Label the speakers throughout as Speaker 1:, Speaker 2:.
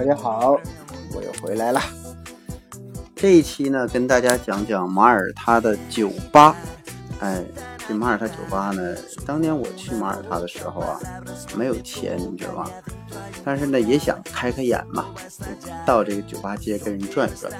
Speaker 1: 家好，我又回来了。这一期呢，跟大家讲讲马耳他的酒吧。这马耳他酒吧呢，当年我去马耳他的时候啊，没有钱，你知道吗？但是呢，也想开开眼嘛，到这个酒吧街跟人转转。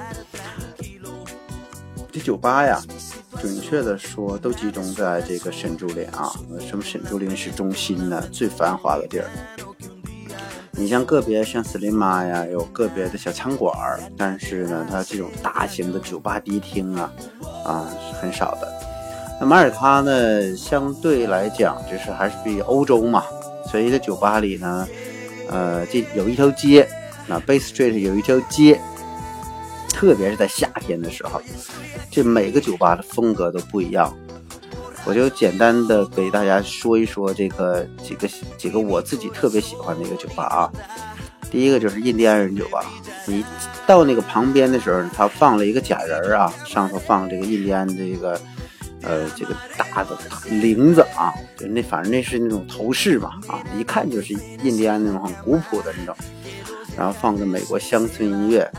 Speaker 1: 这酒吧呀，准确的说，都集中在这个沈竹林啊。什么沈竹林市中心呢？最繁华的地儿。你像个别像斯林玛呀，有个别的小餐馆，但是呢，它这种大型的酒吧迪厅啊是很少的。那马耳他呢，相对来讲就是还是比欧洲嘛，所以在酒吧里呢，这有一条街，那 Bay Street 有一条街，特别是在夏天的时候，这每个酒吧的风格都不一样。我就简单的给大家说一说这个几个我自己特别喜欢的一个酒吧啊。第一个就是印第安人酒吧，你到那个旁边的时候，他放了一个假人啊，上头放这个印第安这个大的铃子啊，就反正那是那种头饰嘛啊，一看就是印第安那种很古朴的那种，然后放个美国乡村音乐。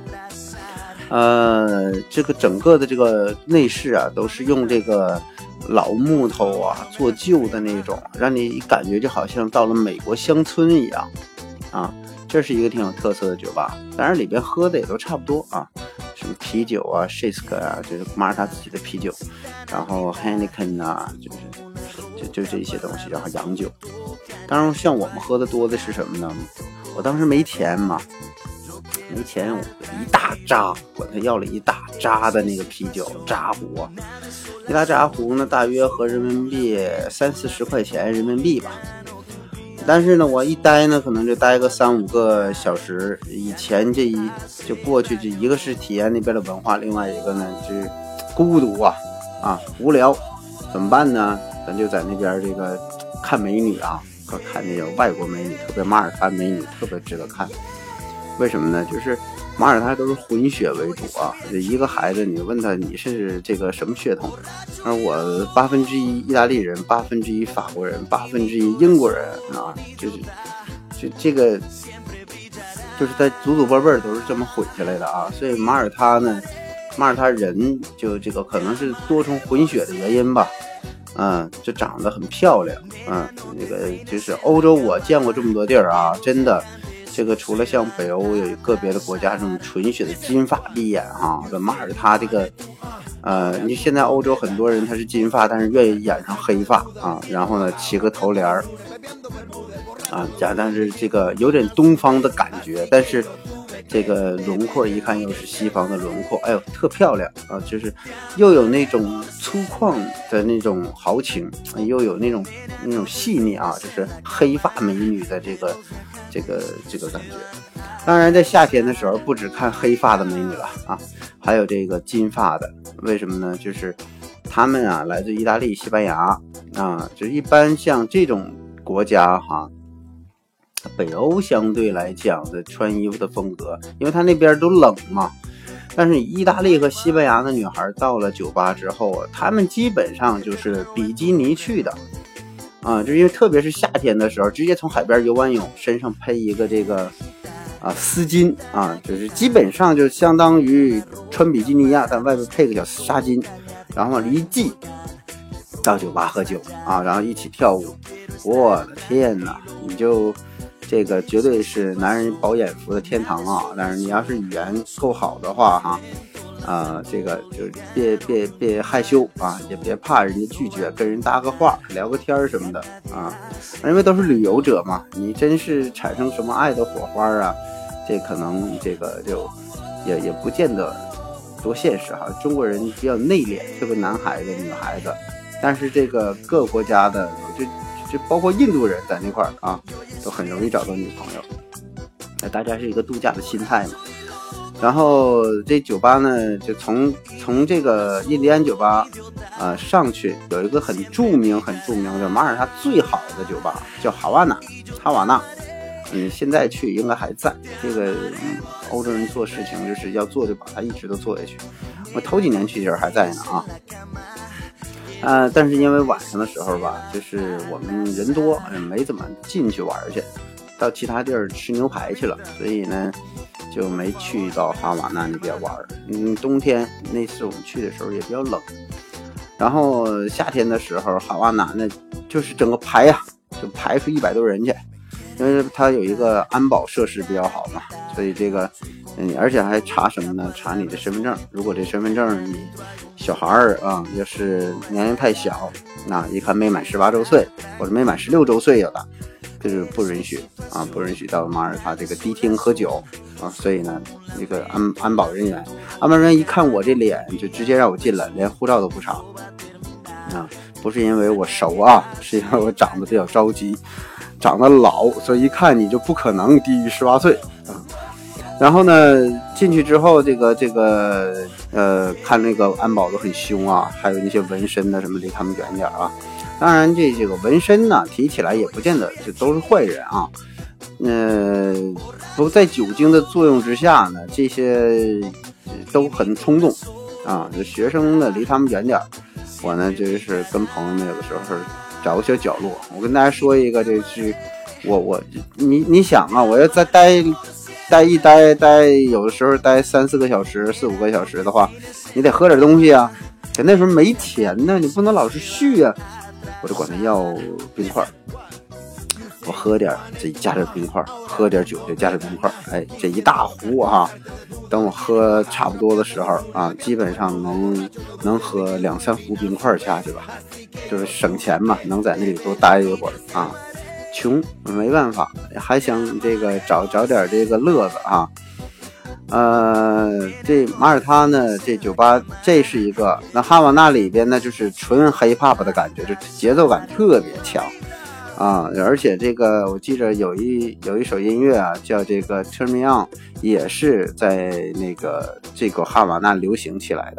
Speaker 1: 这个整个的这个内饰啊，都是用这个老木头啊做旧的那种，让你感觉就好像到了美国乡村一样啊。这是一个挺有特色的酒吧，当然里边喝的也都差不多啊，什么啤酒啊 Shisk 啊，就是马耳他自己的啤酒，然后 Heineken 啊，就这些东西，然后洋酒。当然像我们喝的多的是什么呢？我当时没钱嘛，没钱，我一大扎，管他要了一大扎的那个啤酒扎壶，一大扎壶呢，大约合人民币30-40块钱人民币吧。但是呢，我一待呢，可能就待个3-5个小时。以前就过去，这一个是体验那边的文化，另外一个呢是孤独啊无聊，怎么办呢？咱就在那边这个看美女啊，看那种外国美女，特别马耳他美女特别值得看。为什么呢？就是马耳他都是混血为主啊，一个孩子你问他你是这个什么血统，而我1/8意大利人，1/8法国人，1/8英国人啊，就这个就是在祖祖辈辈都是这么混下来的啊。所以马耳他人就这个可能是多重混血的原因吧，就长得很漂亮，那个就是欧洲我见过这么多地儿啊，真的。这个除了像北欧有个别的国家这种纯血的金发碧眼这马耳他这个你现在欧洲很多人他是金发，但是愿意染上黑发啊，然后呢起个头帘但是这个有点东方的感觉，但是这个轮廓一看又是西方的轮廓，哎呦特漂亮啊，就是又有那种粗犷的那种豪情，又有那种细腻啊，就是黑发美女的这个感觉。当然在夏天的时候不只看黑发的美女了啊，还有这个金发的。为什么呢？就是他们啊来自意大利、西班牙啊，就一般像这种国家北欧相对来讲的穿衣服的风格，因为他那边都冷嘛。但是意大利和西班牙的女孩到了酒吧之后啊，他们基本上就是比基尼去的就因为特别是夏天的时候，直接从海边游完泳，身上配一个这个丝巾就是基本上就相当于穿比基尼但外面配个小纱巾，然后一系到酒吧喝酒然后一起跳舞。我的天哪，你就这个绝对是男人饱眼福的天堂但是你要是语言够好的话这个就别害羞也别怕人家拒绝，跟人搭个话聊个天什么的因为都是旅游者嘛，你真是产生什么爱的火花这可能这个就也不见得多现实中国人比较内敛，特别男孩子女孩子，但是这个各个国家的就包括印度人在那块都很容易找到女朋友，大家是一个度假的心态嘛。然后这酒吧呢，就从这个印第安酒吧上去有一个很著名的马耳他最好的酒吧，叫哈瓦那。现在去应该还在。这个欧洲人做事情就是要做就把它一直都做下去。我头几年去这儿还在呢但是因为晚上的时候吧，就是我们人多，没怎么进去玩去到其他地儿吃牛排去了，所以呢就没去到哈瓦那那边玩。冬天那次我们去的时候也比较冷，然后夏天的时候哈瓦那呢就是整个排呀，就排出100多人去，因为它有一个安保设施比较好嘛，所以这个而且还查什么呢？查你的身份证。如果这身份证你小孩儿啊，要是年龄太小，那一看没满18周岁或者没满16周岁有的，这就是不允许啊，不允许到马耳他这个迪厅喝酒啊。所以呢，那个安保人员一看我这脸，就直接让我进了，连护照都不查啊。不是因为我熟啊，是因为我长得比较着急，长得老，所以一看你就不可能低于18岁啊。然后呢，进去之后，看那个安保都很凶啊，还有那些纹身的什么离他们远点啊。当然这个纹身呢，提起来也不见得就都是坏人啊。不在酒精的作用之下呢，这些都很冲动啊。就学生呢离他们远点。我呢就是跟朋友们有的时候找个小角落。我跟大家说一个，这是你想啊，我要再待，有的时候待3-4个小时、4-5个小时的话，你得喝点东西啊。可那时候没钱呢，你不能老是续啊。我就管他要冰块，我喝点这加点冰块，喝点酒就加点冰块，这一大壶啊。等我喝差不多的时候啊，基本上能喝2-3壶冰块下去吧，就是省钱嘛，能在那里多待一会儿啊。穷没办法，还想这个找点这个乐子啊。这马耳他呢，这酒吧这是一个，那哈瓦那里边呢就是纯 hip-hop 的感觉，就节奏感特别强啊。而且这个我记着有一首音乐啊，叫这个 Turn Me On， 也是在这个哈瓦那流行起来的。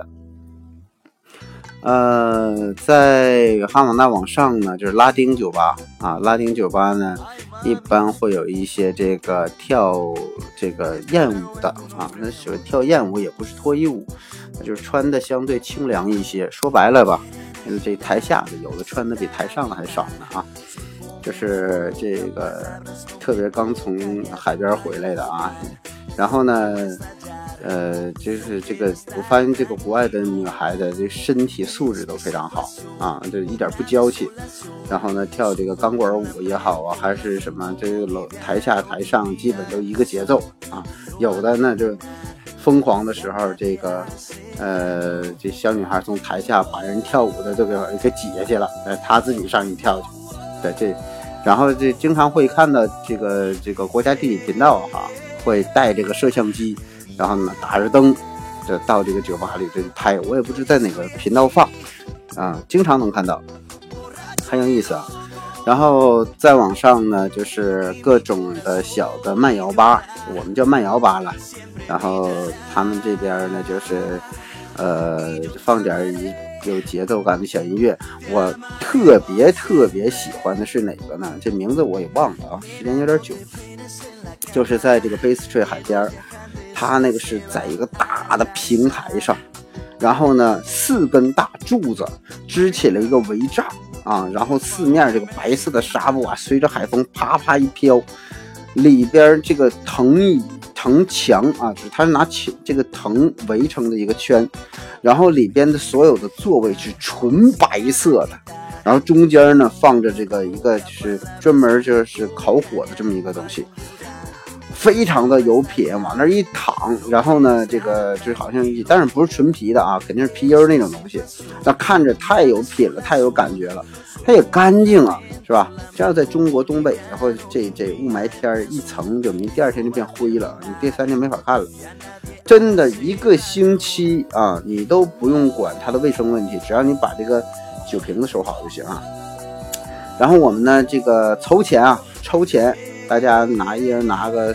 Speaker 1: 在哈瓦那往上呢，就是拉丁酒吧啊。拉丁酒吧呢，一般会有一些这个跳这个艳舞的啊。那所谓跳艳舞也不是脱衣舞，就是穿的相对清凉一些。说白了吧，这台下的有的穿的比台上的还少呢啊。就是这个特别刚从海边回来的啊。然后呢就是这个我发现这个国外的女孩子这身体素质都非常好啊，就一点不娇气。然后呢跳这个钢管舞也好啊，还是什么这个台下台上基本都一个节奏啊。有的呢就疯狂的时候，这个这小女孩从台下把人跳舞的都给挤下去了，她自己上去跳去。对，然后这经常会看到这个国家地理频道会带这个摄像机，然后呢打着灯就到这个酒吧里这拍。我也不知在哪个频道放啊，经常能看到，很有意思啊。然后再往上呢，就是各种的小的慢摇吧，我们叫慢摇吧了。然后他们这边呢就是放点有节奏感的小音乐。我特别喜欢的是哪个呢？这名字我也忘了啊，时间有点久。就是在这个贝斯翠海边，它那个是在一个大的平台上，然后呢4根大柱子支起了一个围帐啊，然后四面这个白色的纱布啊，随着海风啪啪一飘，里边这个藤墙啊，就是它是拿这个藤围成的一个圈，然后里边的所有的座位是纯白色的，然后中间呢放着这个一个就是专门就是烤火的这么一个东西，非常的有品，往那一躺，然后呢这个就好像当然不是纯皮的啊，肯定是皮筋那种东西，那看着太有品了，太有感觉了，它也干净啊，是吧？这要在中国东北，然后这雾霾天一层就第二天就变灰了，你第3天没法看了。真的一个星期啊，你都不用管它的卫生问题，只要你把这个酒瓶子收好就行啊。然后我们呢这个抽钱，大家一人拿个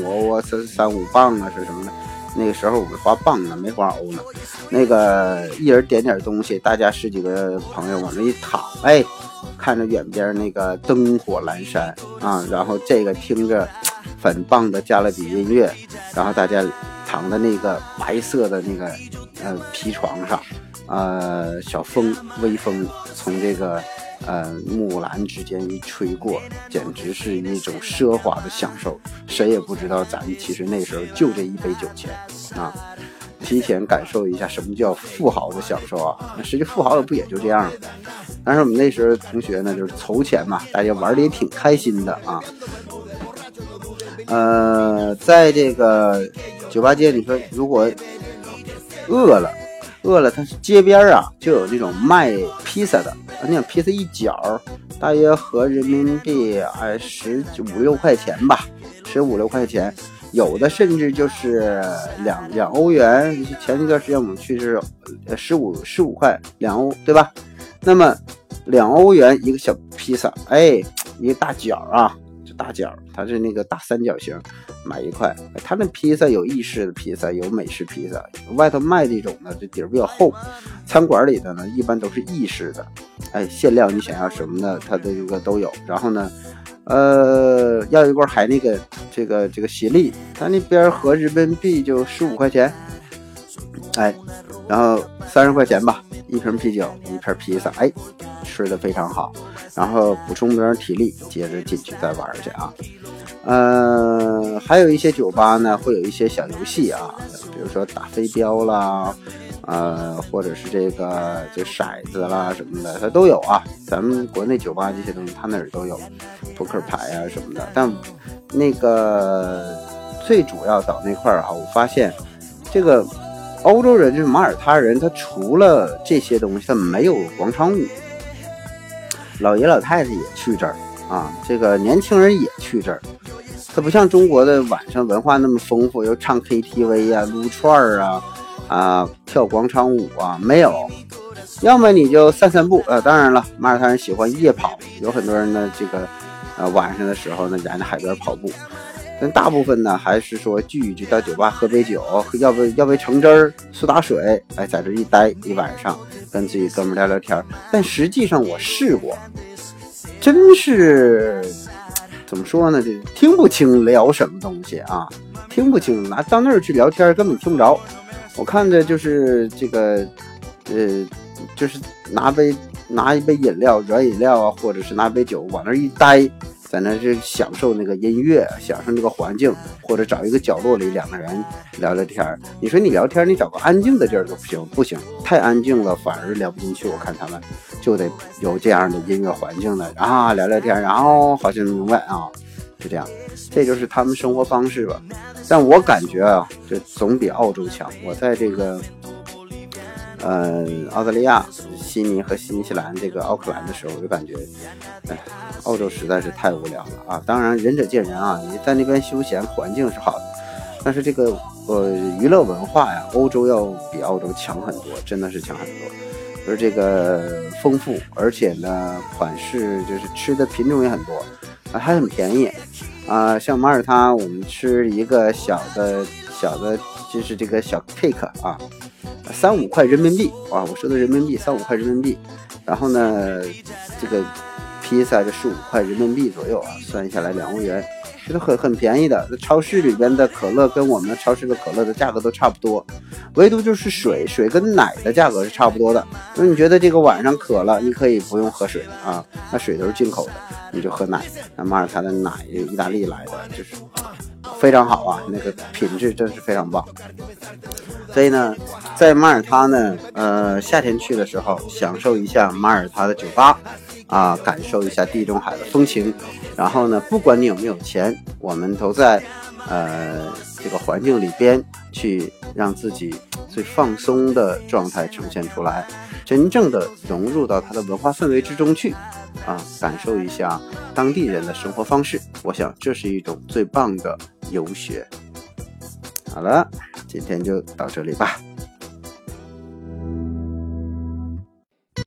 Speaker 1: 3-5磅啊是什么的。那个时候我们花磅呢，没花欧呢。那个一人点点东西，大家10几个朋友往那一躺，看着远边那个灯火阑珊啊，然后这个听着很棒的加勒比音乐，然后大家躺在那个白色的那个皮床上，小风微风从这个木兰之间一吹过，简直是一种奢华的享受。谁也不知道咱们其实那时候就这一杯酒钱啊，提前感受一下什么叫富豪的享受啊。那实际富豪也不也就这样。但是我们那时候同学呢，就是筹钱嘛，大家玩的也挺开心的啊。在这个酒吧街，你说如果饿了，它是街边啊就有那种卖披萨的，那种披萨一角大约合人民币15、16块钱吧，15、16块钱，有的甚至就是2欧元。前一段时间我们去是15块2欧，对吧？那么2欧元一个小披萨，一个大角啊，这大角它是那个大三角形，买1块。它那披萨有意式的披萨，有美式披萨，外头卖这种呢，这底儿比较厚。餐馆里的呢，一般都是意式的，限量你想要什么的，它的这个都有。然后呢，要一罐海那个这个喜力，它那边合人民币就15块钱，然后30块钱吧，一瓶啤酒，一片披萨，吃的非常好。然后补充点体力，接着进去再玩去啊。还有一些酒吧呢会有一些小游戏啊，比如说打飞镖啦，或者是这骰子啦什么的，它都有啊。咱们国内酒吧这些东西，它那儿都有，扑克牌啊什么的。但那个最主要到那块儿啊，我发现这个欧洲人就是马耳他人，他除了这些东西，他没有广场舞。老爷老太太也去这儿啊，这个年轻人也去这儿。它不像中国的晚上文化那么丰富，又唱 KTV 啊、撸串啊、跳广场舞啊，没有。要么你就散步，当然了，马耳他人喜欢夜跑，有很多人呢，这个晚上的时候呢，在海边跑步。但大部分呢，还是说聚一聚到酒吧喝杯酒，要不橙汁儿、苏打水，在这一待一晚上，跟自己哥们聊聊天。但实际上我试过，真是怎么说呢？这听不清聊什么东西啊，听不清，到那儿去聊天根本听不着。我看着就是这个，就是拿一杯饮料、软饮料啊，或者是拿杯酒往那儿一待。在那是享受那个音乐，享受那个环境，或者找一个角落里两个人聊聊天。你说你聊天，你找个安静的地儿都不行，太安静了反而聊不进去。我看他们就得有这样的音乐环境的啊，聊聊天，然后好像明白啊，是这样，这就是他们生活方式吧。但我感觉啊，这总比澳洲强。我在这个澳大利亚悉尼和新西兰这个奥克兰的时候，我就感觉澳洲实在是太无聊了啊。当然仁者见仁啊，你在那边休闲环境是好的，但是这个娱乐文化呀，欧洲要比澳洲强很多，真的是强很多。而这个丰富，而且呢款式就是吃的品种也很多还很便宜啊。像马耳他我们吃一个小的就是这个小 cake 啊，3、5块人民币啊，我说的人民币3、5块人民币。然后呢这个披萨就15块人民币左右啊，算下来2欧元，这都很便宜的。超市里边的可乐跟我们超市的可乐的价格都差不多，唯独就是水跟奶的价格是差不多的。那你觉得这个晚上渴了，你可以不用喝水啊，那水都是进口的，你就喝奶。那马耳他的奶意大利来的，就是非常好啊，那个品质真是非常棒。所以呢，在马耳他呢，夏天去的时候，享受一下马耳他的酒吧啊，感受一下地中海的风情。然后呢，不管你有没有钱，我们都在这个环境里边去让自己最放松的状态呈现出来，真正的融入到它的文化氛围之中去啊，感受一下当地人的生活方式。我想这是一种最棒的游学。好了，今天就到这里吧。